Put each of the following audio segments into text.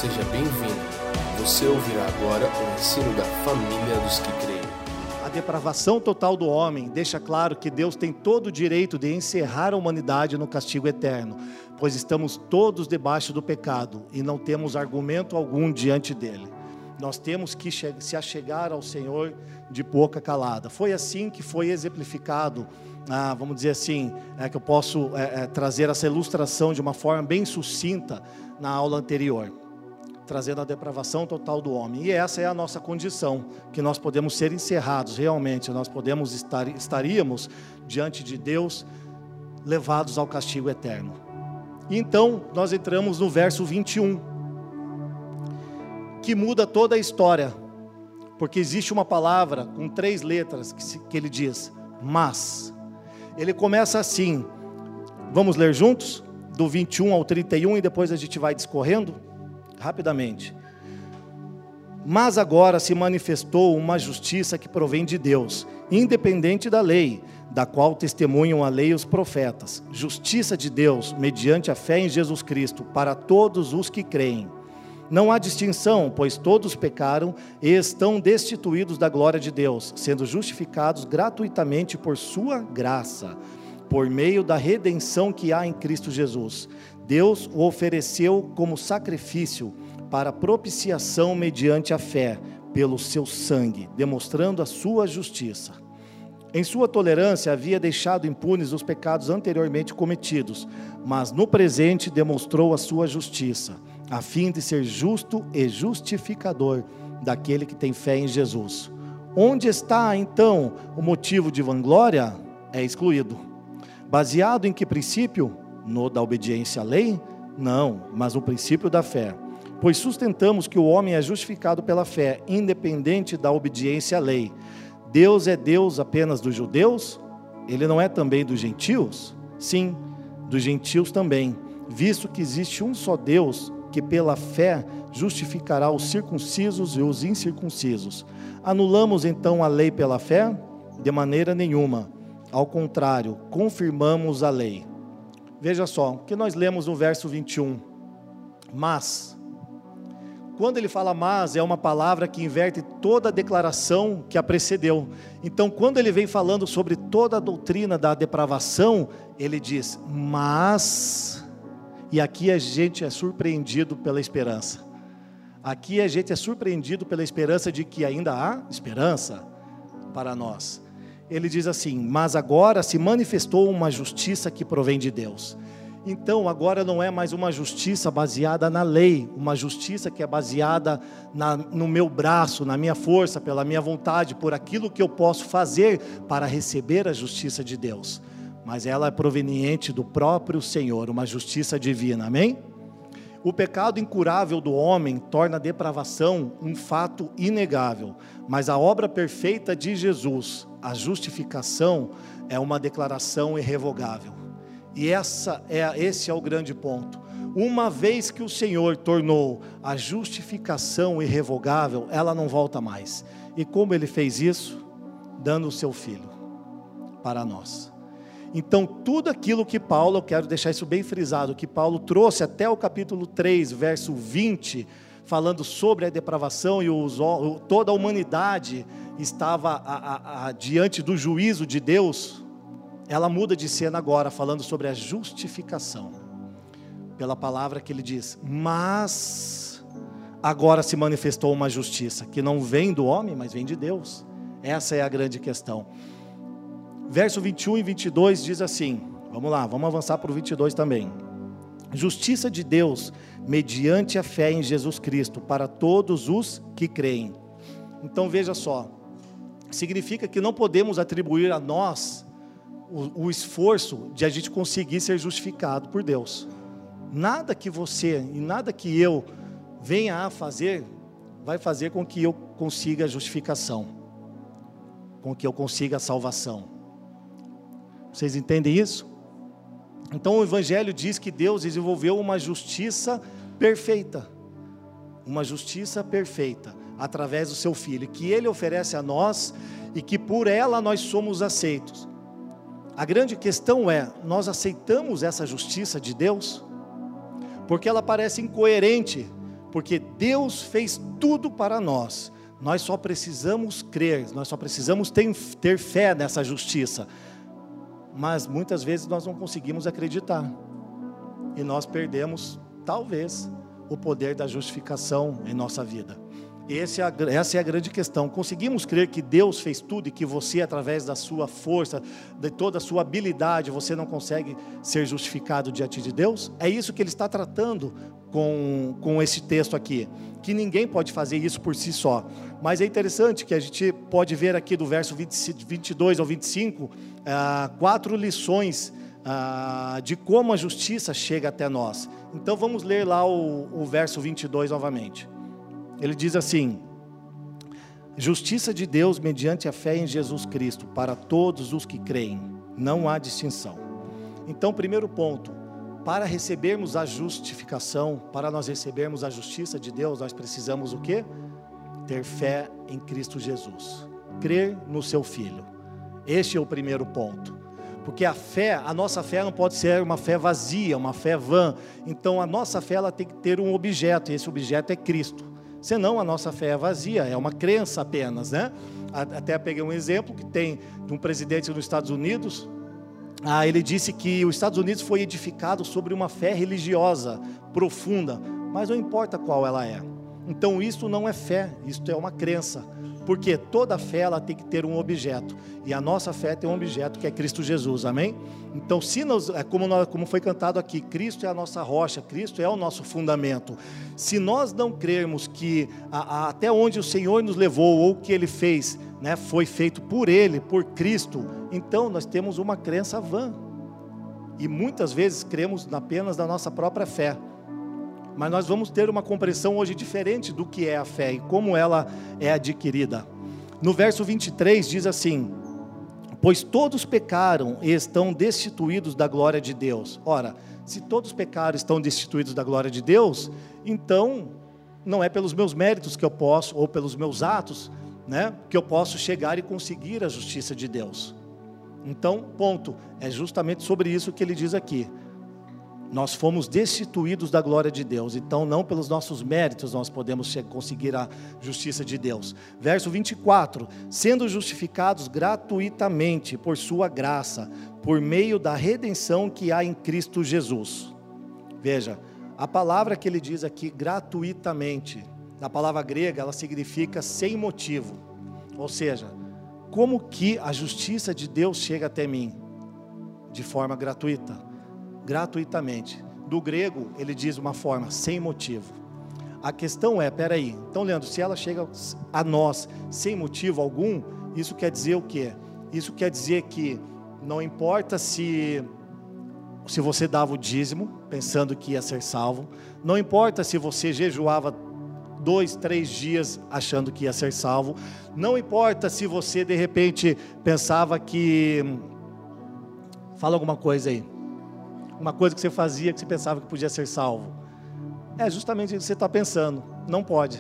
Seja bem-vindo. Você ouvirá agora o ensino da família dos que creem. A depravação total do homem deixa claro que Deus tem todo o direito de encerrar a humanidade no castigo eterno, pois estamos todos debaixo do pecado e não temos argumento algum diante dele. Nós temos que se achegar ao Senhor de boca calada. Foi assim que foi exemplificado, vamos dizer assim, que eu posso trazer essa ilustração de uma forma bem sucinta na aula anterior, trazendo a depravação total do homem. E essa é a nossa condição, que nós podemos ser encerrados, realmente, nós estaríamos diante de Deus, levados ao castigo eterno. E então, nós entramos no verso 21, que muda toda a história, porque existe uma palavra com 3 letras que ele diz, mas. Ele começa assim, vamos ler juntos? Do 21 ao 31 e depois a gente vai discorrendo rapidamente. Mas agora se manifestou uma justiça que provém de Deus, independente da lei, da qual testemunham a lei e os profetas. Justiça de Deus, mediante a fé em Jesus Cristo, para todos os que creem. Não há distinção, pois todos pecaram e estão destituídos da glória de Deus, sendo justificados gratuitamente por sua graça, por meio da redenção que há em Cristo Jesus. Deus o ofereceu como sacrifício para propiciação mediante a fé, pelo seu sangue, demonstrando a sua justiça. Em sua tolerância havia deixado impunes os pecados anteriormente cometidos, mas no presente demonstrou a sua justiça, a fim de ser justo e justificador daquele que tem fé em Jesus. Onde está, então, o motivo de vanglória? É excluído. Baseado em que princípio? No da obediência à lei? Não, mas no princípio da fé. Pois sustentamos que o homem é justificado pela fé, independente da obediência à lei. Deus é Deus apenas dos judeus? Ele não é também dos gentios? Sim, dos gentios também, visto que existe um só Deus, que pela fé justificará os circuncisos e os incircuncisos. Anulamos então a lei pela fé? De maneira nenhuma. Ao contrário, confirmamos a lei. Veja só, o que nós lemos no verso 21. Mas. Quando ele fala mas, é uma palavra que inverte toda a declaração que a precedeu. Então, quando ele vem falando sobre toda a doutrina da depravação, ele diz, mas... E aqui a gente é surpreendido pela esperança. Aqui a gente é surpreendido pela esperança de que ainda há esperança para nós. Ele diz assim, mas agora se manifestou uma justiça que provém de Deus. Então agora não é mais uma justiça baseada na lei, uma justiça que é baseada no meu braço, na minha força, pela minha vontade, por aquilo que eu posso fazer para receber a justiça de Deus. Mas ela é proveniente do próprio Senhor, uma justiça divina, amém? O pecado incurável do homem torna a depravação um fato inegável, mas a obra perfeita de Jesus, a justificação, é uma declaração irrevogável. E esse é o grande ponto. Uma vez que o Senhor tornou a justificação irrevogável, ela não volta mais. E como Ele fez isso? Dando o seu Filho para nós. Então, tudo aquilo que Paulo, eu quero deixar isso bem frisado, que Paulo trouxe até o capítulo 3, verso 20, falando sobre a depravação e toda a humanidade estava diante do juízo de Deus, ela muda de cena agora, falando sobre a justificação, pela palavra que ele diz, mas agora se manifestou uma justiça, que não vem do homem, mas vem de Deus. Essa é a grande questão. Verso 21 e 22 diz assim, vamos lá, vamos avançar para o 22 também. Justiça de Deus, mediante a fé em Jesus Cristo, para todos os que creem. Então veja só, significa que não podemos atribuir a nós o esforço de a gente conseguir ser justificado por Deus. Nada que você e nada que eu venha a fazer, vai fazer com que eu consiga a justificação, com que eu consiga a salvação. Vocês entendem isso? Então o Evangelho diz que Deus desenvolveu uma justiça perfeita. Uma justiça perfeita, através do seu Filho, que Ele oferece a nós, e que por ela nós somos aceitos. A grande questão é, nós aceitamos essa justiça de Deus? Porque ela parece incoerente porque Deus fez tudo para nós. Nós só precisamos crer, nós só precisamos ter fé nessa justiça. Mas muitas vezes nós não conseguimos acreditar. E nós perdemos, talvez, o poder da justificação em nossa vida. Essa é a grande questão. Conseguimos crer que Deus fez tudo e que você, através da sua força, de toda a sua habilidade, você não consegue ser justificado diante de Deus? É isso que ele está tratando com esse texto aqui, que ninguém pode fazer isso por si só. Mas é interessante que a gente pode ver aqui do verso 22 ao 25, 4 lições de como a justiça chega até nós. Então vamos ler lá o verso 22 novamente. Ele diz assim: justiça de Deus mediante a fé em Jesus Cristo, para todos os que creem, não há distinção. Então, primeiro ponto, para recebermos a justificação, para nós recebermos a justiça de Deus, nós precisamos o quê? Ter fé em Cristo Jesus, crer no seu Filho. Este é o primeiro ponto, porque a nossa fé não pode ser uma fé vazia, uma fé vã. Então a nossa fé ela tem que ter um objeto, e esse objeto é Cristo. Senão a nossa fé é vazia, é uma crença apenas, né? Até peguei um exemplo que tem de um presidente dos Estados Unidos. Ele disse que os Estados Unidos foi edificado sobre uma fé religiosa profunda, mas não importa qual ela é. Então isso não é fé, isso é uma crença, porque toda fé ela tem que ter um objeto, e a nossa fé tem um objeto que é Cristo Jesus, amém? Então como foi cantado aqui, Cristo é a nossa rocha, Cristo é o nosso fundamento. Se nós não crermos que até onde o Senhor nos levou, ou o que Ele fez, né, foi feito por Ele, por Cristo, então nós temos uma crença vã, e muitas vezes cremos apenas na nossa própria fé. Mas nós vamos ter uma compreensão hoje diferente do que é a fé e como ela é adquirida. No verso 23 diz assim: pois todos pecaram e estão destituídos da glória de Deus. Ora, se todos pecaram e estão destituídos da glória de Deus, então não é pelos meus méritos que eu posso, ou pelos meus atos, né, que eu posso chegar e conseguir a justiça de Deus. Então, ponto, é justamente sobre isso que ele diz aqui. Nós fomos destituídos da glória de Deus, então não pelos nossos méritos nós podemos conseguir a justiça de Deus. Verso 24, sendo justificados gratuitamente por sua graça, por meio da redenção que há em Cristo Jesus. Veja, a palavra que ele diz aqui, gratuitamente, na palavra grega, ela significa sem motivo. Ou seja, como que a justiça de Deus chega até mim? De forma gratuita. Gratuitamente. Do grego, ele diz uma forma, sem motivo. A questão é, peraí, então Leandro, se ela chega a nós sem motivo algum, isso quer dizer o quê? Isso quer dizer que não importa se você dava o dízimo, pensando que ia ser salvo, não importa se você jejuava 2, 3 dias achando que ia ser salvo, não importa se você de repente pensava que... Fala alguma coisa aí. Uma coisa que você fazia que você pensava que podia ser salvo. É justamente isso que você está pensando. Não pode.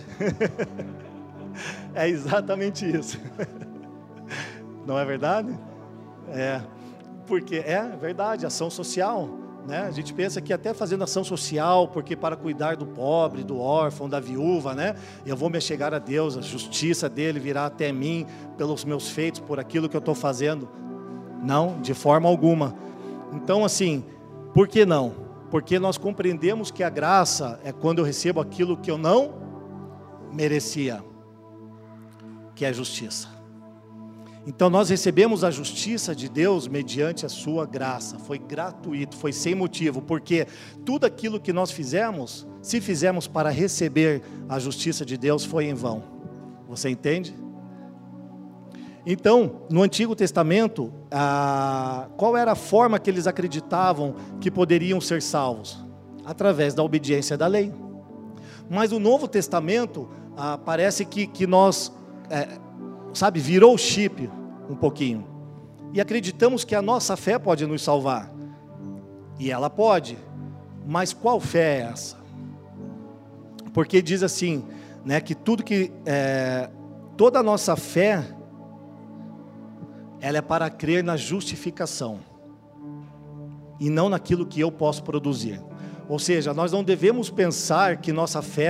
É exatamente isso. Não é verdade? Porque é verdade, ação social, né? A gente pensa que até fazendo ação social, porque para cuidar do pobre, do órfão, da viúva, né? Eu vou me chegar a Deus, a justiça dele virá até mim pelos meus feitos, por aquilo que eu estou fazendo. Não, de forma alguma. Então assim, por que não? Porque nós compreendemos que a graça é quando eu recebo aquilo que eu não merecia, que é a justiça. Então nós recebemos a justiça de Deus mediante a sua graça, foi gratuito, foi sem motivo, porque tudo aquilo que nós fizemos, se fizemos para receber a justiça de Deus, foi em vão. Você entende? Então, no Antigo Testamento, qual era a forma que eles acreditavam que poderiam ser salvos? Através da obediência da lei. Mas no Novo Testamento, parece que nós, virou o chip um pouquinho. E acreditamos que a nossa fé pode nos salvar. E ela pode. Mas qual fé é essa? Porque diz assim, né, que toda a nossa fé, ela é para crer na justificação e não naquilo que eu posso produzir. Ou seja, nós não devemos pensar que nossa fé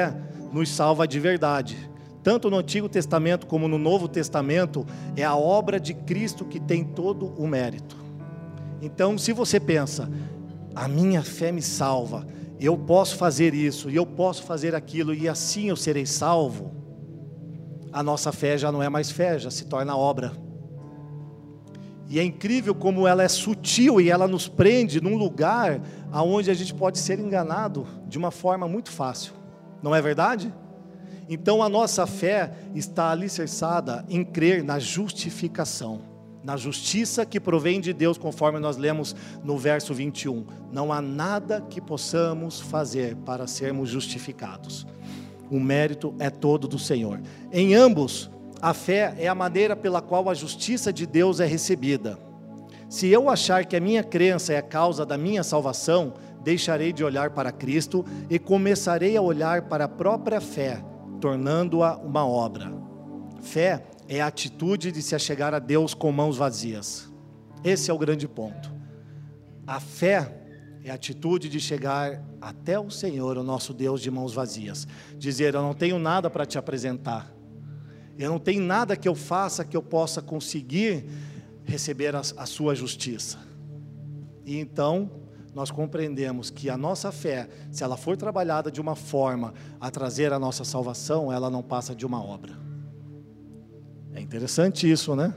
nos salva de verdade. Tanto no Antigo Testamento como no Novo Testamento, é a obra de Cristo que tem todo o mérito. Então, se você pensa, a minha fé me salva, eu posso fazer isso, e eu posso fazer aquilo, e assim eu serei salvo, a nossa fé já não é mais fé, já se torna obra. E é incrível como ela é sutil, e ela nos prende num lugar onde a gente pode ser enganado de uma forma muito fácil, não é verdade? Então a nossa fé está alicerçada em crer na justificação, na justiça que provém de Deus, conforme nós lemos no verso 21. Não há nada que possamos fazer para sermos justificados. O mérito é todo do Senhor. Em ambos, a fé é a maneira pela qual a justiça de Deus é recebida. Se eu achar que a minha crença é a causa da minha salvação, deixarei de olhar para Cristo e começarei a olhar para a própria fé, tornando-a uma obra. Fé é a atitude de se achegar a Deus com mãos vazias. Esse é o grande ponto. A fé é a atitude de chegar até o Senhor, o nosso Deus, de mãos vazias. Dizer, eu não tenho nada para te apresentar. Eu não tenho nada que eu faça que eu possa conseguir receber a sua justiça. E então nós compreendemos que a nossa fé, se ela for trabalhada de uma forma a trazer a nossa salvação, ela não passa de uma obra. É interessante isso, né?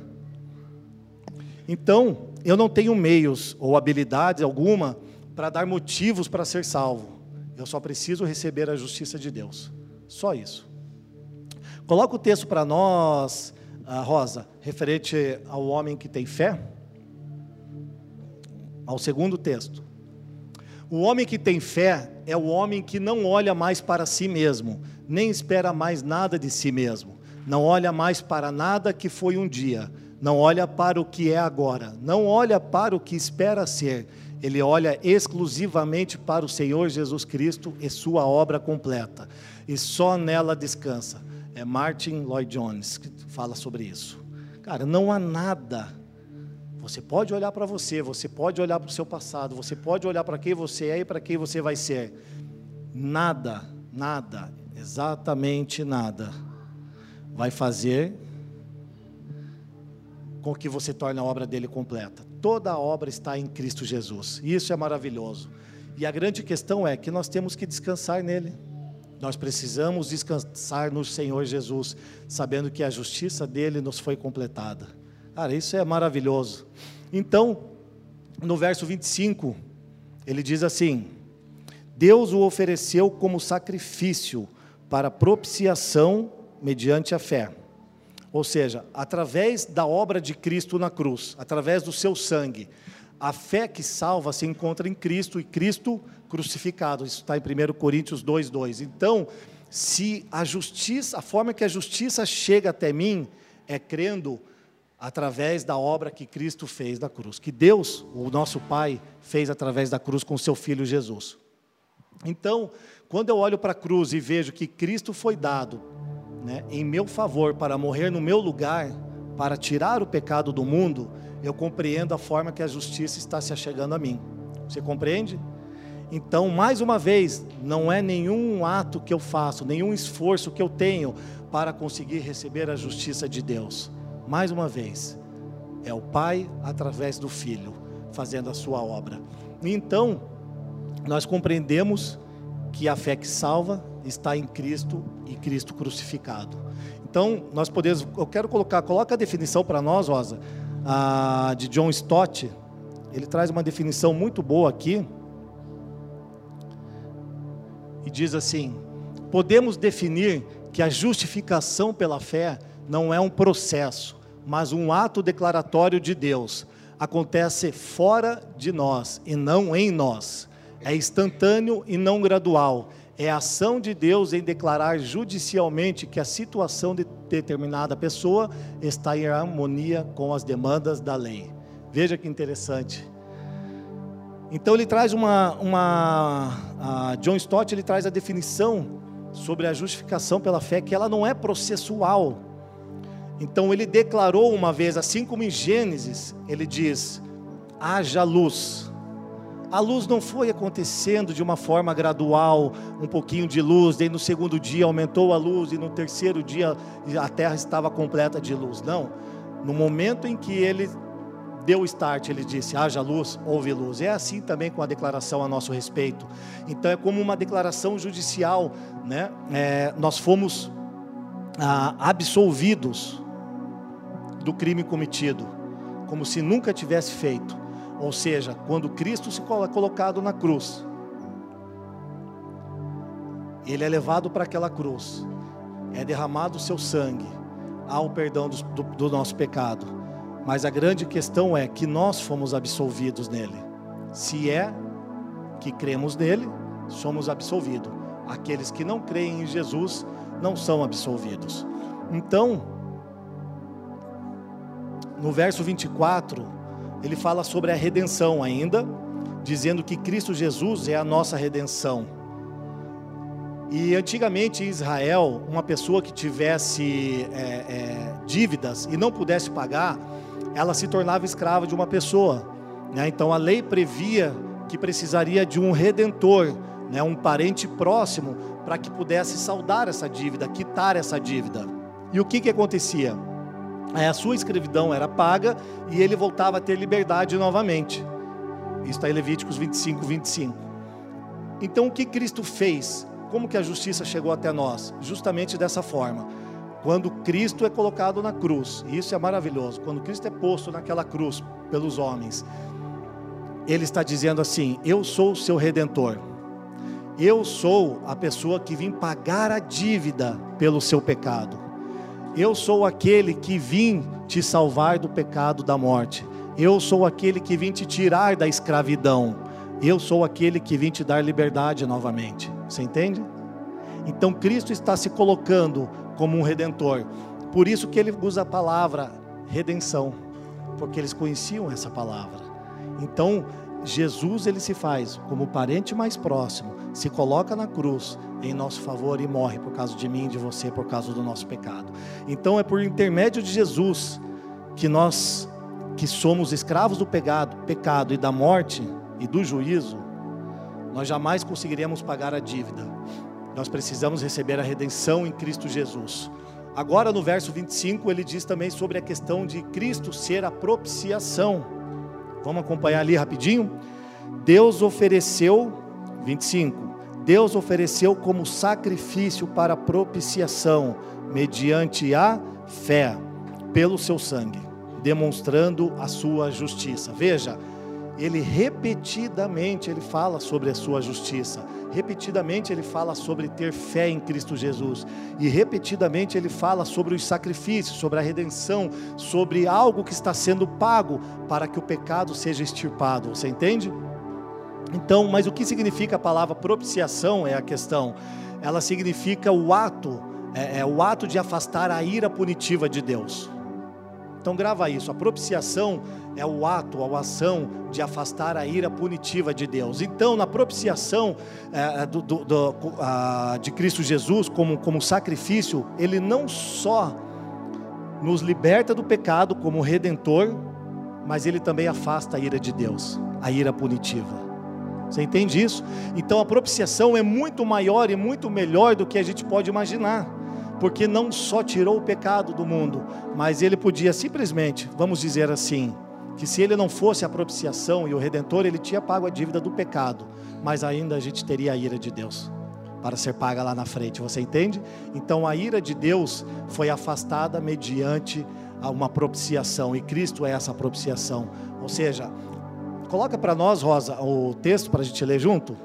Então, eu não tenho meios ou habilidade alguma para dar motivos para ser salvo. Eu só preciso receber a justiça de Deus. Só isso. Coloca o texto para nós, Rosa, referente ao homem que tem fé. Ao segundo texto. O homem que tem fé é o homem que não olha mais para si mesmo, nem espera mais nada de si mesmo, não olha mais para nada que foi um dia, não olha para o que é agora, não olha para o que espera ser, ele olha exclusivamente para o Senhor Jesus Cristo e sua obra completa, e só nela descansa. É Martin Lloyd Jones que fala sobre isso. Cara, não há nada. Você pode olhar para você, você pode olhar para o seu passado, você pode olhar para quem você é e para quem você vai ser. Nada, nada, exatamente nada, vai fazer com que você torne a obra dele completa. Toda a obra está em Cristo Jesus. Isso é maravilhoso. E a grande questão é que nós temos que descansar nele. Nós precisamos descansar no Senhor Jesus, sabendo que a justiça dele nos foi completada. Cara, isso é maravilhoso. Então, no verso 25, ele diz assim: Deus o ofereceu como sacrifício para propiciação mediante a fé. Ou seja, através da obra de Cristo na cruz, através do seu sangue. A fé que salva se encontra em Cristo e Cristo crucificado. Isso está em 1 Coríntios 2:2. Então, se a justiça, a forma que a justiça chega até mim é crendo através da obra que Cristo fez na cruz, que Deus, o nosso Pai, fez através da cruz com seu Filho Jesus. Então, quando eu olho para a cruz e vejo que Cristo foi dado, né, em meu favor, para morrer no meu lugar, para tirar o pecado do mundo, eu compreendo a forma que a justiça está se achegando a mim. Você compreende? Então, mais uma vez, não é nenhum ato que eu faço, nenhum esforço que eu tenho para conseguir receber a justiça de Deus. Mais uma vez, é o Pai através do Filho, fazendo a sua obra. Então, nós compreendemos que a fé que salva está em Cristo e Cristo crucificado. Então, nós podemos, eu quero coloca a definição para nós, Rosa, de John Stott. Ele traz uma definição muito boa aqui, e diz assim: podemos definir que a justificação pela fé não é um processo, mas um ato declaratório de Deus. Acontece fora de nós e não em nós. É instantâneo e não gradual. É a ação de Deus em declarar judicialmente que a situação de determinada pessoa está em harmonia com as demandas da lei. Veja que interessante. Então ele traz John Stott, ele traz a definição sobre a justificação pela fé, que ela não é processual. Então ele declarou uma vez, assim como em Gênesis, ele diz: haja luz. A luz não foi acontecendo de uma forma gradual, um pouquinho de luz, daí no segundo dia aumentou a luz e no terceiro dia a terra estava completa de luz. Não, no momento em que ele deu o start, ele disse, haja luz, houve luz. É assim também com a declaração a nosso respeito. Então é como uma declaração judicial, né? Nós fomos absolvidos do crime cometido, como se nunca tivesse feito. Ou seja, quando Cristo se é colocado na cruz, Ele é levado para aquela cruz, é derramado o seu sangue, há o perdão do nosso pecado. Mas a grande questão é que nós fomos absolvidos nele. Se é que cremos nele, somos absolvidos. Aqueles que não creem em Jesus não são absolvidos. Então, no verso 24, ele fala sobre a redenção ainda, dizendo que Cristo Jesus é a nossa redenção. E antigamente em Israel, uma pessoa que tivesse dívidas e não pudesse pagar, ela se tornava escrava de uma pessoa, né? Então a lei previa que precisaria de um redentor, né? Um parente próximo, para que pudesse saldar essa dívida, quitar essa dívida. E o que acontecia? A sua escravidão era paga e ele voltava a ter liberdade novamente. Isso está em Levíticos 25, 25. Então o que Cristo fez? Como que a justiça chegou até nós? Justamente dessa forma. Quando Cristo é colocado na cruz, e isso é maravilhoso, quando Cristo é posto naquela cruz pelos homens, Ele está dizendo assim, eu sou o seu redentor, eu sou a pessoa que vim pagar a dívida pelo seu pecado, eu sou aquele que vim te salvar do pecado da morte, eu sou aquele que vim te tirar da escravidão, eu sou aquele que vim te dar liberdade novamente. Você entende? Então Cristo está se colocando como um redentor. Por isso que ele usa a palavra redenção, porque eles conheciam essa palavra. Então Jesus, ele se faz como o parente mais próximo, se coloca na cruz em nosso favor e morre por causa de mim e de você, por causa do nosso pecado. Então é por intermédio de Jesus que nós, que somos escravos do pecado e da morte e do juízo, nós jamais conseguiremos pagar a dívida. Nós precisamos receber a redenção em Cristo Jesus. Agora no verso 25 ele diz também sobre a questão de Cristo ser a propiciação. Vamos acompanhar ali rapidinho? Deus ofereceu, 25, Deus ofereceu como sacrifício para propiciação, mediante a fé, pelo seu sangue, demonstrando a sua justiça. Veja, ele repetidamente ele fala sobre a sua justiça, repetidamente ele fala sobre ter fé em Cristo Jesus, e repetidamente ele fala sobre os sacrifícios, sobre a redenção, sobre algo que está sendo pago para que o pecado seja extirpado. Você entende? Então, mas o que significa a palavra propiciação é a questão. Ela significa o ato, o ato de afastar a ira punitiva de Deus. Então grava isso, a propiciação é o ato, a ação de afastar a ira punitiva de Deus. Então na propiciação de Cristo Jesus como sacrifício, Ele não só nos liberta do pecado como redentor, mas Ele também afasta a ira de Deus, a ira punitiva. Você entende isso? Então a propiciação é muito maior e muito melhor do que a gente pode imaginar. Porque não só tirou o pecado do mundo, mas ele podia simplesmente, vamos dizer assim, que se ele não fosse a propiciação e o redentor, ele tinha pago a dívida do pecado, mas ainda a gente teria a ira de Deus para ser paga lá na frente. Você entende? Então a ira de Deus foi afastada mediante uma propiciação, e Cristo é essa propiciação. Ou seja, coloca para nós, Rosa, o texto para a gente ler junto.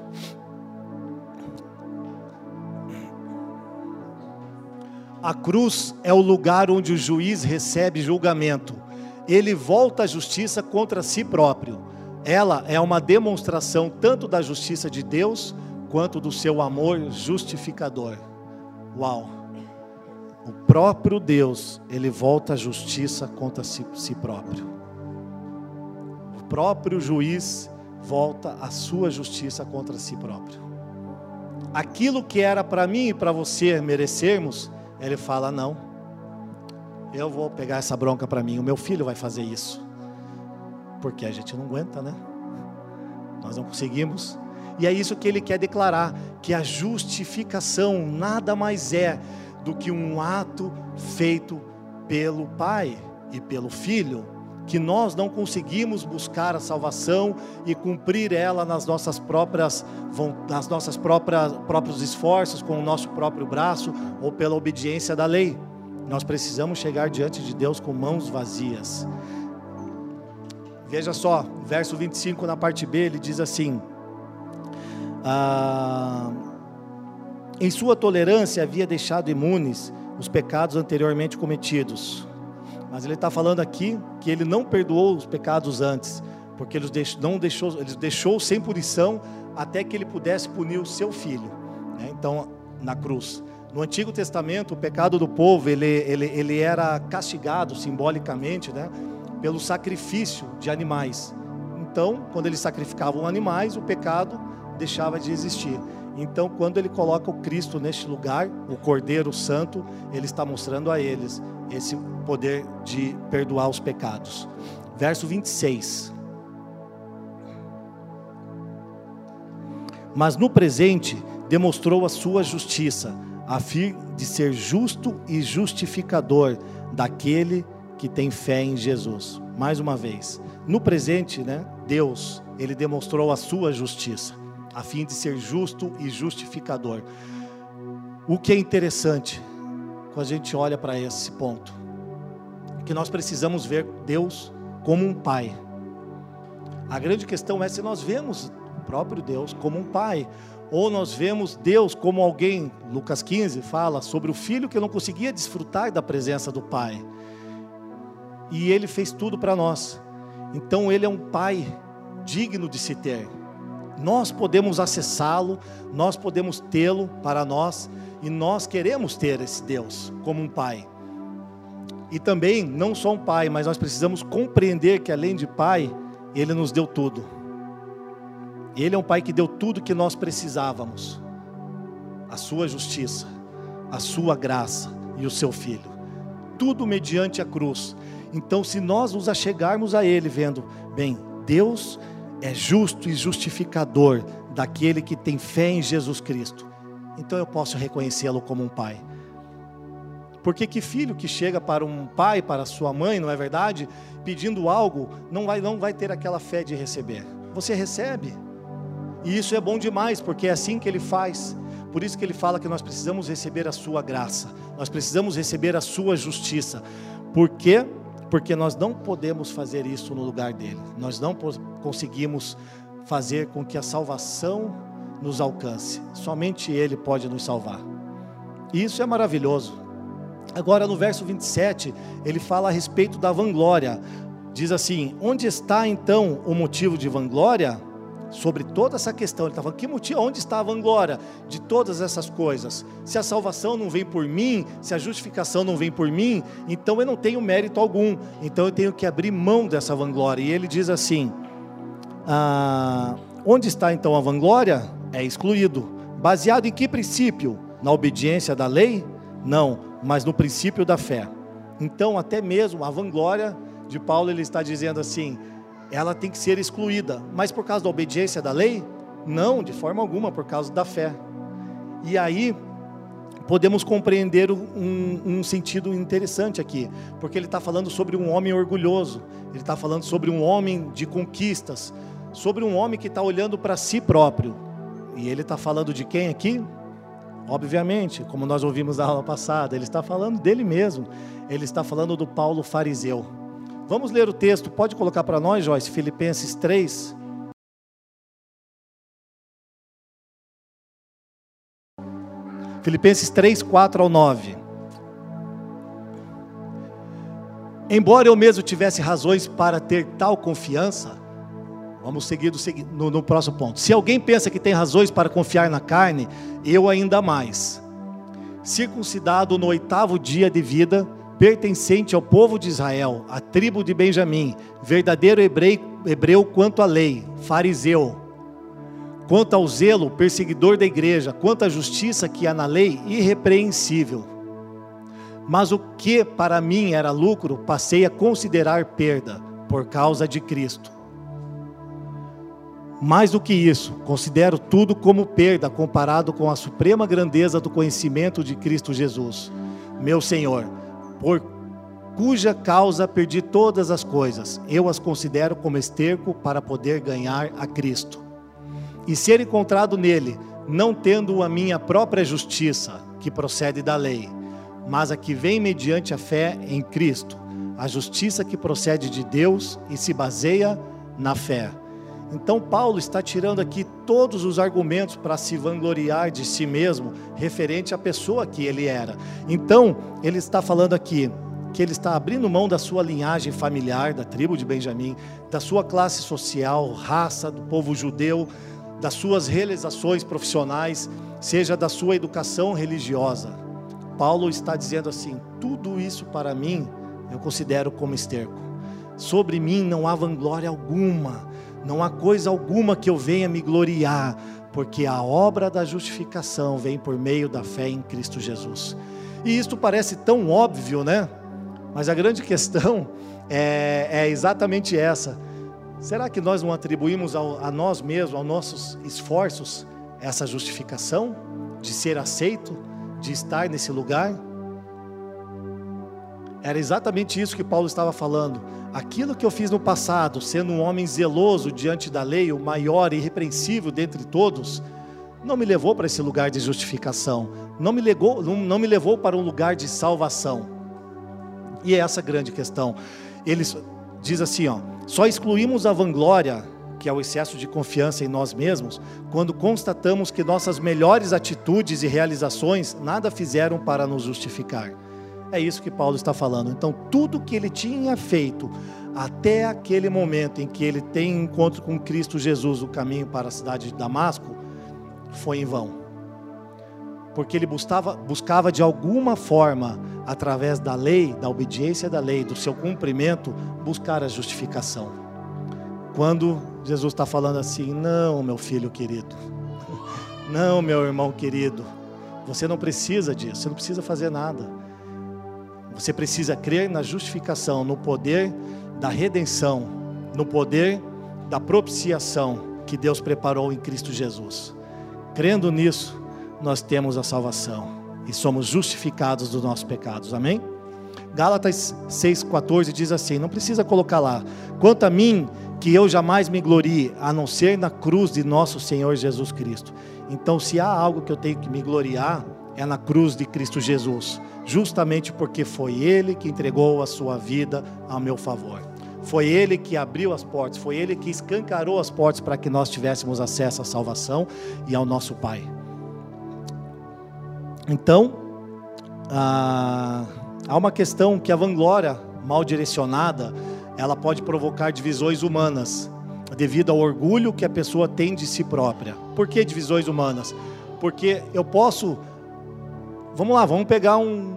A cruz é o lugar onde o juiz recebe julgamento. Ele volta a justiça contra si próprio. Ela é uma demonstração tanto da justiça de Deus, quanto do seu amor justificador. Uau! O próprio Deus, ele volta a justiça contra si próprio. O próprio juiz volta a sua justiça contra si próprio. Aquilo que era para mim e para você merecermos, ele fala, não, eu vou pegar essa bronca para mim, o meu filho vai fazer isso, porque a gente não aguenta, né? Nós não conseguimos. E é isso que ele quer declarar, que a justificação nada mais é do que um ato feito pelo Pai e pelo Filho, que nós não conseguimos buscar a salvação e cumprir ela nas nossas próprios esforços, com o nosso próprio braço ou pela obediência da lei. Nós precisamos chegar diante de Deus com mãos vazias. Veja só, verso 25 na parte B, ele diz assim: em sua tolerância havia deixado imunes os pecados anteriormente cometidos. Mas ele está falando aqui que ele não perdoou os pecados antes, porque ele deixou sem punição até que ele pudesse punir o seu filho, né? Então, na cruz. No Antigo Testamento, o pecado do povo, ele era castigado simbolicamente, né, pelo sacrifício de animais. Então, quando eles sacrificavam animais, o pecado deixava de existir. Então, quando ele coloca o Cristo neste lugar, o Cordeiro Santo, ele está mostrando a eles esse poder de perdoar os pecados. Verso 26. Mas no presente demonstrou a sua justiça, a fim de ser justo e justificador daquele que tem fé em Jesus. Mais uma vez, no presente, né, Deus, ele demonstrou a sua justiça, a fim de ser justo e justificador. O que é interessante, quando a gente olha para esse ponto, é que nós precisamos ver Deus como um pai. A grande questão é se nós vemos o próprio Deus como um pai, ou nós vemos Deus como alguém. Lucas 15 fala sobre o filho que não conseguia desfrutar da presença do pai, e ele fez tudo para nós. Então ele é um pai digno de se ter. Nós podemos acessá-lo, nós podemos tê-lo para nós, e nós queremos ter esse Deus como um pai. E também, não só um pai, mas nós precisamos compreender que além de pai, ele nos deu tudo. Ele é um pai que deu tudo que nós precisávamos: a sua justiça, a sua graça e o seu filho, tudo mediante a cruz. Então, se nós nos achegarmos a ele vendo, bem, Deus é justo e justificador daquele que tem fé em Jesus Cristo, então eu posso reconhecê-lo como um pai. Porque que filho que chega para um pai, para sua mãe, não é verdade, pedindo algo, não vai ter aquela fé de receber. Você recebe, e isso é bom demais, porque é assim que ele faz. Por isso que ele fala que nós precisamos receber a sua graça, nós precisamos receber a sua justiça. Por quê? Porque nós não podemos fazer isso no lugar dele. Nós não conseguimos fazer com que a salvação nos alcance. Somente ele pode nos salvar. E isso é maravilhoso. Agora no verso 27, ele fala a respeito da vanglória. Diz assim: onde está então o motivo de vanglória? Sobre toda essa questão, ele está falando, que motivo, onde está a vanglória de todas essas coisas? Se a salvação não vem por mim, se a justificação não vem por mim, então eu não tenho mérito algum, então eu tenho que abrir mão dessa vanglória. E ele diz assim, onde está então a vanglória? É excluído. Baseado em que princípio? Na obediência da lei? Não, mas no princípio da fé. Então até mesmo a vanglória de Paulo, ele está dizendo assim, ela tem que ser excluída. Mas por causa da obediência da lei? Não, de forma alguma, por causa da fé. E aí podemos compreender um sentido interessante aqui, porque ele está falando sobre um homem orgulhoso, ele está falando sobre um homem de conquistas, sobre um homem que está olhando para si próprio. E ele está falando de quem aqui? Obviamente, como nós ouvimos na aula passada, ele está falando dele mesmo. Ele está falando do Paulo fariseu. Vamos ler o texto, pode colocar para nós, Joyce, Filipenses 3. Filipenses 3, 4 ao 9. Embora eu mesmo tivesse razões para ter tal confiança, vamos seguir no próximo ponto. Se alguém pensa que tem razões para confiar na carne, eu ainda mais. Circuncidado no 8º dia de vida, pertencente ao povo de Israel, à tribo de Benjamim, verdadeiro hebreu quanto à lei, fariseu, quanto ao zelo, perseguidor da igreja, quanto à justiça que há na lei, irrepreensível. Mas o que para mim era lucro, passei a considerar perda, por causa de Cristo. Mais do que isso, considero tudo como perda comparado com a suprema grandeza do conhecimento de Cristo Jesus, meu Senhor, por cuja causa perdi todas as coisas. Eu as considero como esterco para poder ganhar a Cristo e ser encontrado nele, não tendo a minha própria justiça, que procede da lei, mas a que vem mediante a fé em Cristo, a justiça que procede de Deus e se baseia na fé. Então Paulo está tirando aqui todos os argumentos para se vangloriar de si mesmo, referente à pessoa que ele era. Então, ele está falando aqui que ele está abrindo mão da sua linhagem familiar, da tribo de Benjamim, da sua classe social, raça, do povo judeu, das suas realizações profissionais, seja da sua educação religiosa. Paulo está dizendo assim: tudo isso para mim eu considero como esterco. Sobre mim não há vanglória alguma, não há coisa alguma que eu venha me gloriar, porque a obra da justificação vem por meio da fé em Cristo Jesus. E isto parece tão óbvio, né? Mas a grande questão é exatamente essa. Será que nós não atribuímos a nós mesmos, aos nossos esforços, essa justificação de ser aceito, de estar nesse lugar? Era exatamente isso que Paulo estava falando. Aquilo que eu fiz no passado, sendo um homem zeloso diante da lei, o maior e irrepreensível dentre todos, não me levou para esse lugar de justificação, não me levou para um lugar de salvação. E é essa a grande questão. Ele diz assim, só excluímos a vanglória, que é o excesso de confiança em nós mesmos, quando constatamos que nossas melhores atitudes e realizações nada fizeram para nos justificar. É isso que Paulo está falando. Então, tudo que ele tinha feito até aquele momento em que ele tem encontro com Cristo Jesus, o caminho para a cidade de Damasco, foi em vão. Porque ele buscava de alguma forma, através da lei, da obediência da lei, do seu cumprimento, buscar a justificação. Quando Jesus está falando assim: não, meu filho querido, não, meu irmão querido, você não precisa disso, você não precisa fazer nada. Você precisa crer na justificação, no poder da redenção, no poder da propiciação que Deus preparou em Cristo Jesus. Crendo nisso, nós temos a salvação e somos justificados dos nossos pecados. Amém? Gálatas 6,14 diz assim, não precisa colocar lá: quanto a mim, que eu jamais me glorie, a não ser na cruz de nosso Senhor Jesus Cristo. Então, se há algo que eu tenho que me gloriar, é na cruz de Cristo Jesus, justamente porque foi Ele que entregou a sua vida a meu favor. Foi Ele que abriu as portas, foi Ele que escancarou as portas para que nós tivéssemos acesso à salvação e ao nosso Pai. Então, há uma questão que a vanglória mal direcionada, ela pode provocar divisões humanas, devido ao orgulho que a pessoa tem de si própria. Por que divisões humanas? Porque eu posso... Vamos lá, vamos pegar um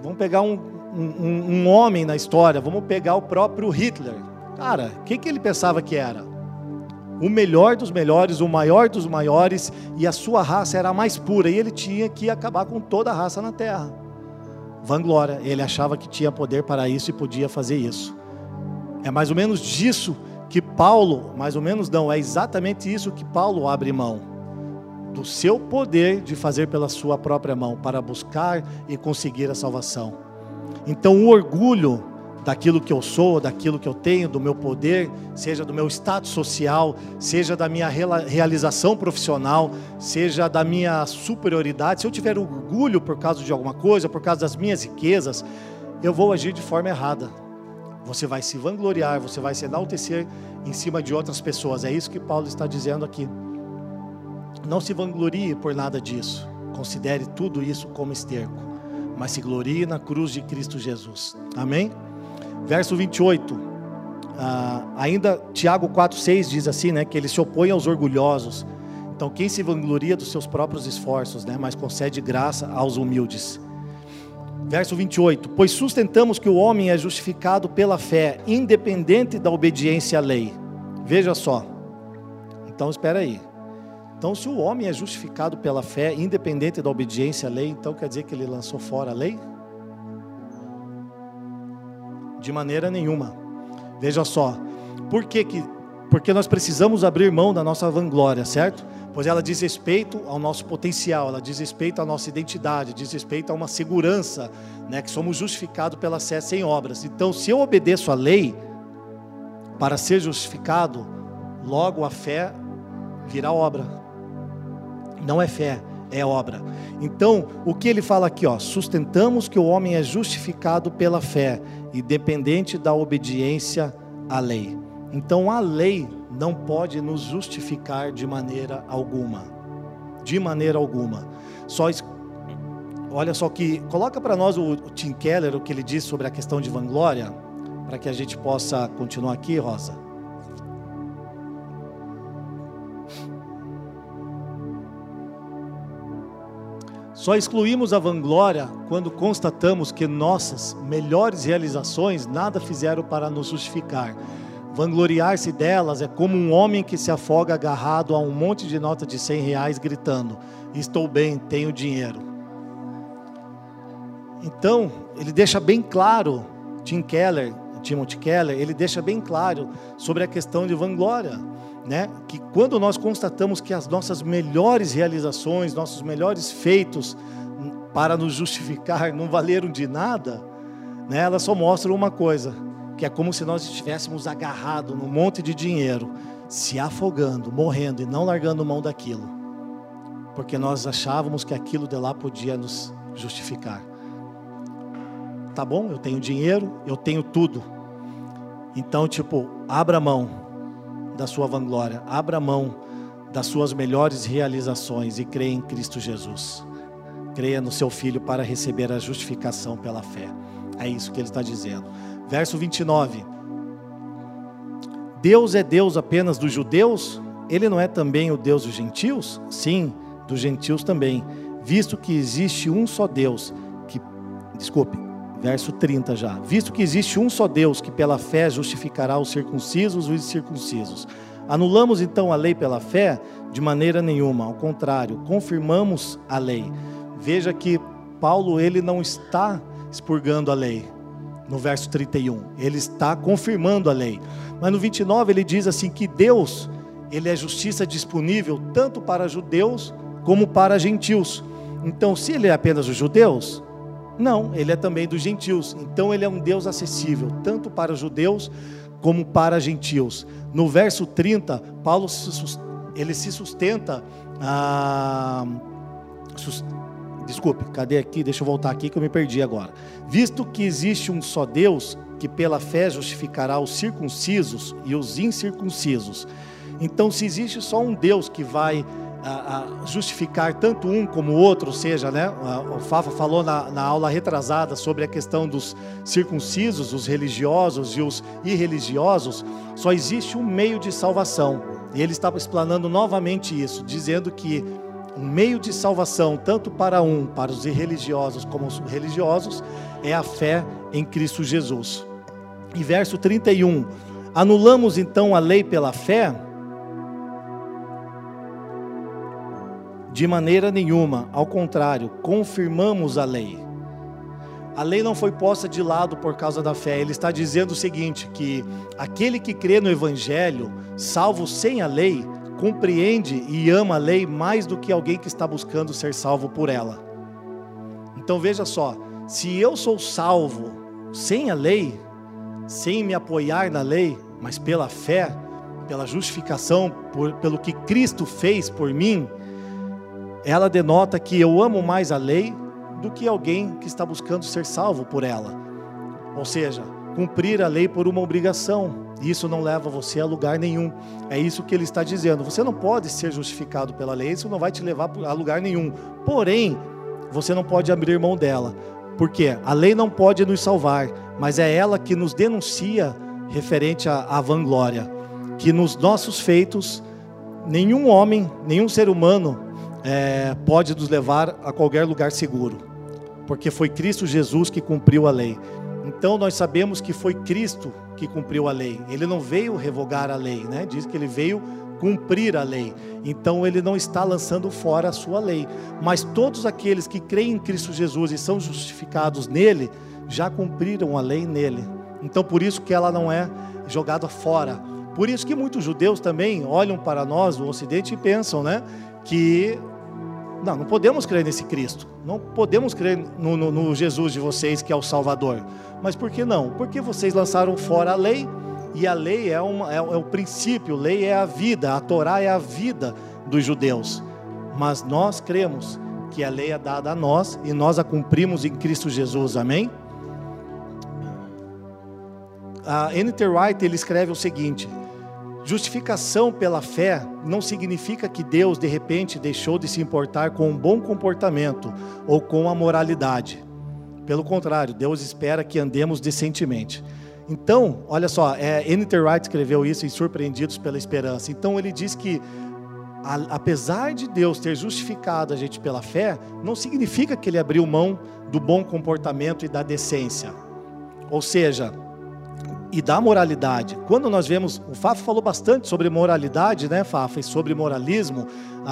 homem na história, vamos pegar o próprio Hitler. Cara, o que ele pensava que era? O melhor dos melhores, o maior dos maiores, e a sua raça era a mais pura, e ele tinha que acabar com toda a raça na terra. Vanglória, ele achava que tinha poder para isso e podia fazer isso. É mais ou menos disso que Paulo, é exatamente isso que Paulo abre mão. Do seu poder de fazer pela sua própria mão, para buscar e conseguir a salvação. Então o orgulho daquilo que eu sou, daquilo que eu tenho, do meu poder, seja do meu status social, seja da minha realização profissional, seja da minha superioridade, se eu tiver orgulho por causa de alguma coisa, por causa das minhas riquezas, eu vou agir de forma errada. Você vai se vangloriar, você vai se enaltecer em cima de outras pessoas. É isso que Paulo está dizendo aqui. Não se vanglorie por nada disso. Considere tudo isso como esterco, mas se glorie na cruz de Cristo Jesus. Amém? Verso 28. Ainda Tiago 4,6 diz assim, né? Que ele se opõe aos orgulhosos. Então quem se vangloria dos seus próprios esforços, né? Mas concede graça aos humildes. Verso 28. Pois sustentamos que o homem é justificado pela fé, independente da obediência à lei. Veja só. Então espera aí. Então, se o homem é justificado pela fé, independente da obediência à lei, então quer dizer que ele lançou fora a lei? De maneira nenhuma. Veja só, por porque nós precisamos abrir mão da nossa vanglória, certo? Pois ela diz respeito ao nosso potencial, ela diz respeito à nossa identidade, diz respeito a uma segurança, né, que somos justificados pela fé sem obras. Então, se eu obedeço à lei para ser justificado, logo a fé vira obra. Não é fé, é obra. Então, o que ele fala aqui, ó, sustentamos que o homem é justificado pela fé, independente da obediência à lei. Então, a lei não pode nos justificar de maneira alguma. De maneira alguma. Olha só que, coloca para nós o Tim Keller, o que ele diz sobre a questão de vanglória, para que a gente possa continuar aqui, Rosa. Só excluímos a vanglória quando constatamos que nossas melhores realizações nada fizeram para nos justificar. Vangloriar-se delas é como um homem que se afoga agarrado a um monte de nota de R$100 gritando: estou bem, tenho dinheiro. Então, ele deixa bem claro, Timothy Keller, ele deixa bem claro sobre a questão de vanglória, né? Que quando nós constatamos que as nossas melhores realizações, nossos melhores feitos para nos justificar não valeram de nada, né? Elas só mostram uma coisa, que é como se nós estivéssemos agarrados num monte de dinheiro, se afogando, morrendo e não largando mão daquilo, porque nós achávamos que aquilo de lá podia nos justificar. Tá bom, eu tenho dinheiro, eu tenho tudo. Então, abra mão da sua vanglória, abra mão das suas melhores realizações e creia em Cristo Jesus. Creia no seu Filho para receber a justificação pela fé. É isso que ele está dizendo. Verso 29. Deus é Deus apenas dos judeus? Ele não é também o Deus dos gentios? Sim, dos gentios também, visto que existe um só Deus, verso 30 já. Visto que existe um só Deus, que pela fé justificará os circuncisos e os incircuncisos. Anulamos então a lei pela fé? De maneira nenhuma, ao contrário, confirmamos a lei. Veja que Paulo, ele não está expurgando a lei, no verso 31, ele está confirmando a lei. Mas no 29 ele diz assim, que Deus, ele é justiça disponível, tanto para judeus, como para gentios. Então, se ele é apenas dos judeus, não, ele é também dos gentios. Então ele é um Deus acessível, tanto para os judeus como para gentios. No verso 30, Paulo ele se sustenta desculpe, cadê aqui? Deixa eu voltar aqui que eu me perdi agora. Visto que existe um só Deus, que pela fé justificará os circuncisos e os incircuncisos. Então, se existe só um Deus que vai justificar tanto um como o outro, ou seja, né, o Fafa falou na aula retrasada sobre a questão dos circuncisos, os religiosos e os irreligiosos, só existe um meio de salvação. E ele estava explanando novamente isso, dizendo que um meio de salvação, tanto para os irreligiosos como os religiosos, é a fé em Cristo Jesus. E verso 31, anulamos então a lei pela fé? De maneira nenhuma, ao contrário, confirmamos a lei. A lei não foi posta de lado por causa da fé. Ele está dizendo o seguinte, que aquele que crê no Evangelho, salvo sem a lei, compreende e ama a lei mais do que alguém que está buscando ser salvo por ela. Então veja só, se eu sou salvo sem a lei, sem me apoiar na lei, mas pela fé, pela justificação, pelo que Cristo fez por mim, ela denota que eu amo mais a lei do que alguém que está buscando ser salvo por ela. Ou seja, cumprir a lei por uma obrigação. Isso não leva você a lugar nenhum. É isso que ele está dizendo. Você não pode ser justificado pela lei, isso não vai te levar a lugar nenhum. Porém, você não pode abrir mão dela. Por quê? A lei não pode nos salvar, mas é ela que nos denuncia referente à vanglória. Que nos nossos feitos, nenhum homem, nenhum ser humano pode nos levar a qualquer lugar seguro. Porque foi Cristo Jesus que cumpriu a lei. Então nós sabemos que foi Cristo que cumpriu a lei. Ele não veio revogar a lei, né? Diz que ele veio cumprir a lei. Então ele não está lançando fora a sua lei. Mas todos aqueles que creem em Cristo Jesus e são justificados nele, já cumpriram a lei nele. Então por isso que ela não é jogada fora. Por isso que muitos judeus também olham para nós do Ocidente e pensam, né, que não podemos crer nesse Cristo, não podemos crer no Jesus de vocês que é o Salvador. Mas por que não? Porque vocês lançaram fora a lei, e a lei é o princípio, a lei é a vida, a Torá é a vida dos judeus. Mas nós cremos que a lei é dada a nós e nós a cumprimos em Cristo Jesus, amém? N.T. Wright, ele escreve o seguinte: justificação pela fé não significa que Deus de repente deixou de se importar com um bom comportamento ou com a moralidade. Pelo contrário, Deus espera que andemos decentemente. Então, olha só, N.T. Wright escreveu isso em Surpreendidos pela Esperança. Então ele diz que apesar de Deus ter justificado a gente pela fé, não significa que ele abriu mão do bom comportamento e da decência. Ou seja, e da moralidade. Quando nós vemos, o Fafa falou bastante sobre moralidade, né, Fafa, e sobre moralismo.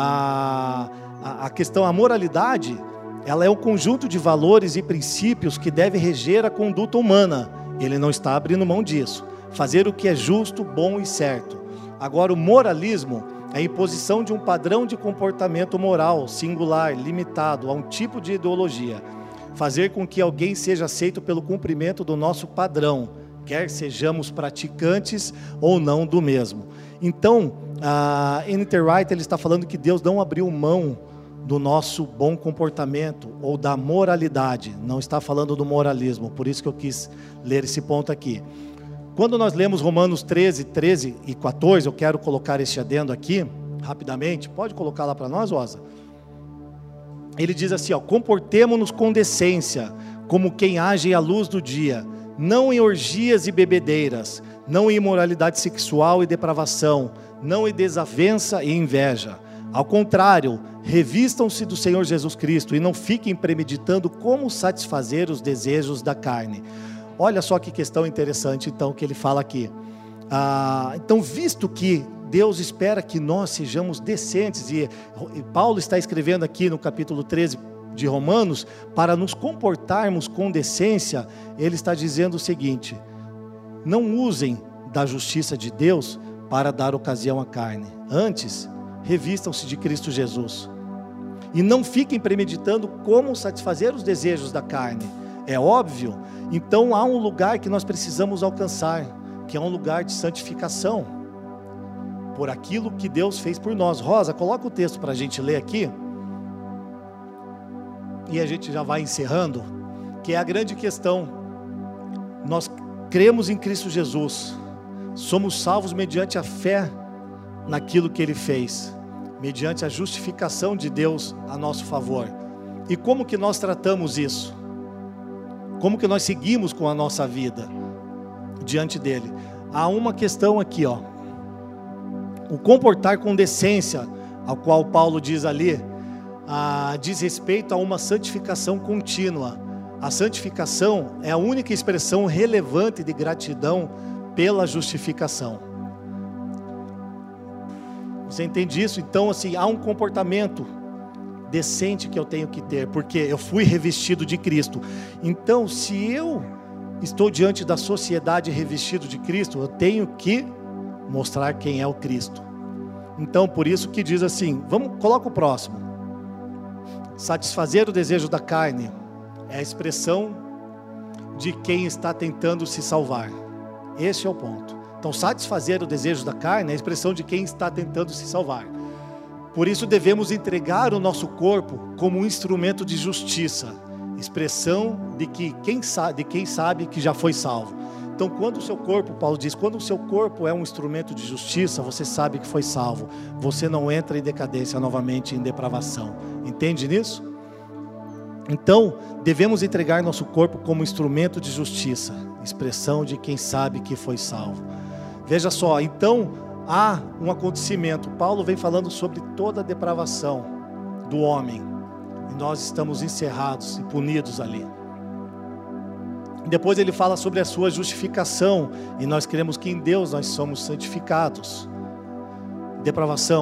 A questão, a moralidade, ela é um conjunto de valores e princípios que deve reger a conduta humana. Ele não está abrindo mão disso. Fazer o que é justo, bom e certo. Agora, o moralismo é a imposição de um padrão de comportamento moral, singular, limitado a um tipo de ideologia. Fazer com que alguém seja aceito pelo cumprimento do nosso padrão, quer sejamos praticantes ou não do mesmo. Então, N.T. Wright, ele está falando que Deus não abriu mão do nosso bom comportamento ou da moralidade, não está falando do moralismo, por isso que eu quis ler esse ponto aqui. Quando nós lemos Romanos 13 e 14, eu quero colocar este adendo aqui, rapidamente, pode colocar lá para nós, Osa? Ele diz assim, comportemo-nos com decência, como quem age à luz do dia, não em orgias e bebedeiras, não em imoralidade sexual e depravação, não em desavença e inveja. Ao contrário, revistam-se do Senhor Jesus Cristo e não fiquem premeditando como satisfazer os desejos da carne. Olha só que questão interessante, então, que ele fala aqui. Então, visto que Deus espera que nós sejamos decentes, e Paulo está escrevendo aqui no capítulo 13 de Romanos, para nos comportarmos com decência, ele está dizendo o seguinte: não usem da justiça de Deus para dar ocasião à carne. Antes, revistam-se de Cristo Jesus. E não fiquem premeditando como satisfazer os desejos da carne. É óbvio. Então há um lugar que nós precisamos alcançar, que é um lugar de santificação, por aquilo que Deus fez por nós. Rosa, coloca o texto para a gente ler aqui, e a gente já vai encerrando, que é a grande questão. Nós cremos em Cristo Jesus, somos salvos mediante a fé naquilo que Ele fez, mediante a justificação de Deus a nosso favor. E como que nós tratamos isso? Como que nós seguimos com a nossa vida diante dele? Há uma questão aqui, o comportar com decência, ao qual Paulo diz ali, diz respeito a uma santificação contínua. A santificação é a única expressão relevante de gratidão pela justificação. Você entende isso? Então, assim, há um comportamento decente que eu tenho que ter, porque eu fui revestido de Cristo. Então, se eu estou diante da sociedade revestido de Cristo, eu tenho que mostrar quem é o Cristo. Então, por isso que diz assim, coloca o próximo. Satisfazer o desejo da carne é a expressão de quem está tentando se salvar. Esse é o ponto. Então, satisfazer o desejo da carne é a expressão de quem está tentando se salvar. Por isso devemos entregar o nosso corpo como um instrumento de justiça, expressão de quem sabe que já foi salvo. Então, quando o seu corpo, Paulo diz, quando o seu corpo é um instrumento de justiça, você sabe que foi salvo. Você não entra em decadência novamente, em depravação. Entende nisso? Então, devemos entregar nosso corpo como instrumento de justiça, expressão de quem sabe que foi salvo. Veja só, então há um acontecimento. Paulo vem falando sobre toda a depravação do homem, e nós estamos encerrados e punidos ali. Depois ele fala sobre a sua justificação, e nós cremos que em Deus nós somos santificados. Depravação,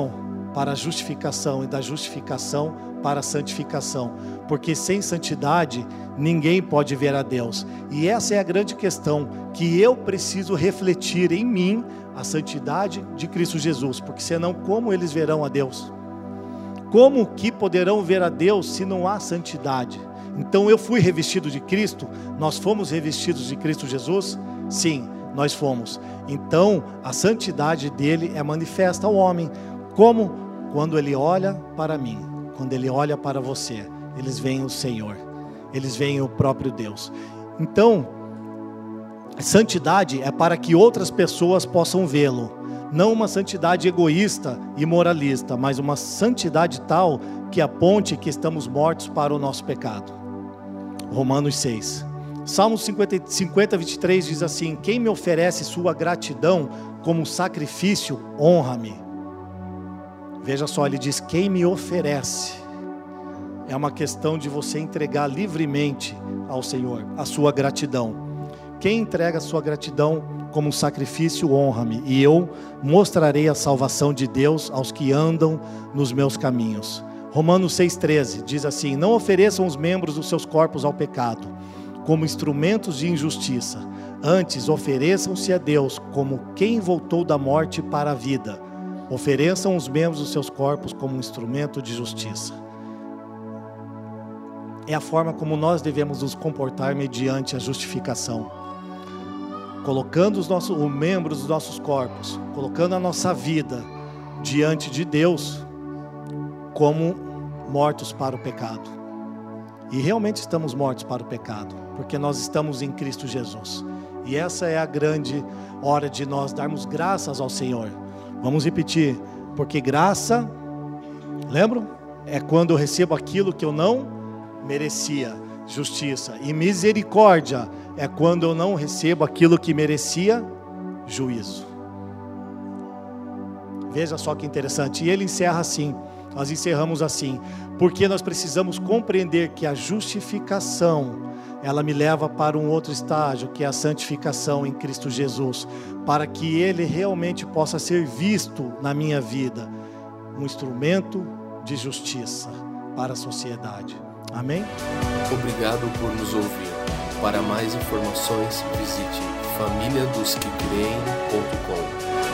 para a justificação e da justificação para a santificação, porque sem santidade ninguém pode ver a Deus. E essa é a grande questão, que eu preciso refletir em mim a santidade de Cristo Jesus, porque senão como eles verão a Deus? Como que poderão ver a Deus se não há santidade? Então eu fui revestido de Cristo, nós fomos revestidos de Cristo Jesus? Sim, nós fomos. Então a santidade dele é manifesta ao homem. Como? Quando ele olha para mim, quando ele olha para você, eles veem o Senhor, eles veem o próprio Deus. Então, santidade é para que outras pessoas possam vê-lo, não uma santidade egoísta e moralista, mas uma santidade tal que aponte que estamos mortos para o nosso pecado. Romanos 6. Salmos 50, 23 diz assim: quem me oferece sua gratidão como sacrifício, honra-me. Veja só, ele diz: quem me oferece. É uma questão de você entregar livremente ao Senhor a sua gratidão. Quem entrega a sua gratidão como um sacrifício, honra-me, e eu mostrarei a salvação de Deus aos que andam nos meus caminhos. Romanos 6,13 diz assim: não ofereçam os membros dos seus corpos ao pecado, como instrumentos de injustiça. Antes, ofereçam-se a Deus como quem voltou da morte para a vida. Ofereçam os membros dos seus corpos como um instrumento de justiça. É a forma como nós devemos nos comportar mediante a justificação. Colocando os membros dos nossos corpos, colocando a nossa vida diante de Deus como mortos para o pecado. E realmente estamos mortos para o pecado, porque nós estamos em Cristo Jesus. E essa é a grande hora de nós darmos graças ao Senhor. Vamos repetir, porque graça, lembram? É quando eu recebo aquilo que eu não merecia, justiça. E misericórdia é quando eu não recebo aquilo que merecia, juízo. Veja só que interessante. E ele encerra assim, nós encerramos assim, porque nós precisamos compreender que a justificação, ela me leva para um outro estágio, que é a santificação em Cristo Jesus, para que Ele realmente possa ser visto na minha vida, um instrumento de justiça para a sociedade. Amém? Obrigado por nos ouvir. Para mais informações, visite famíliadosquecreem.com.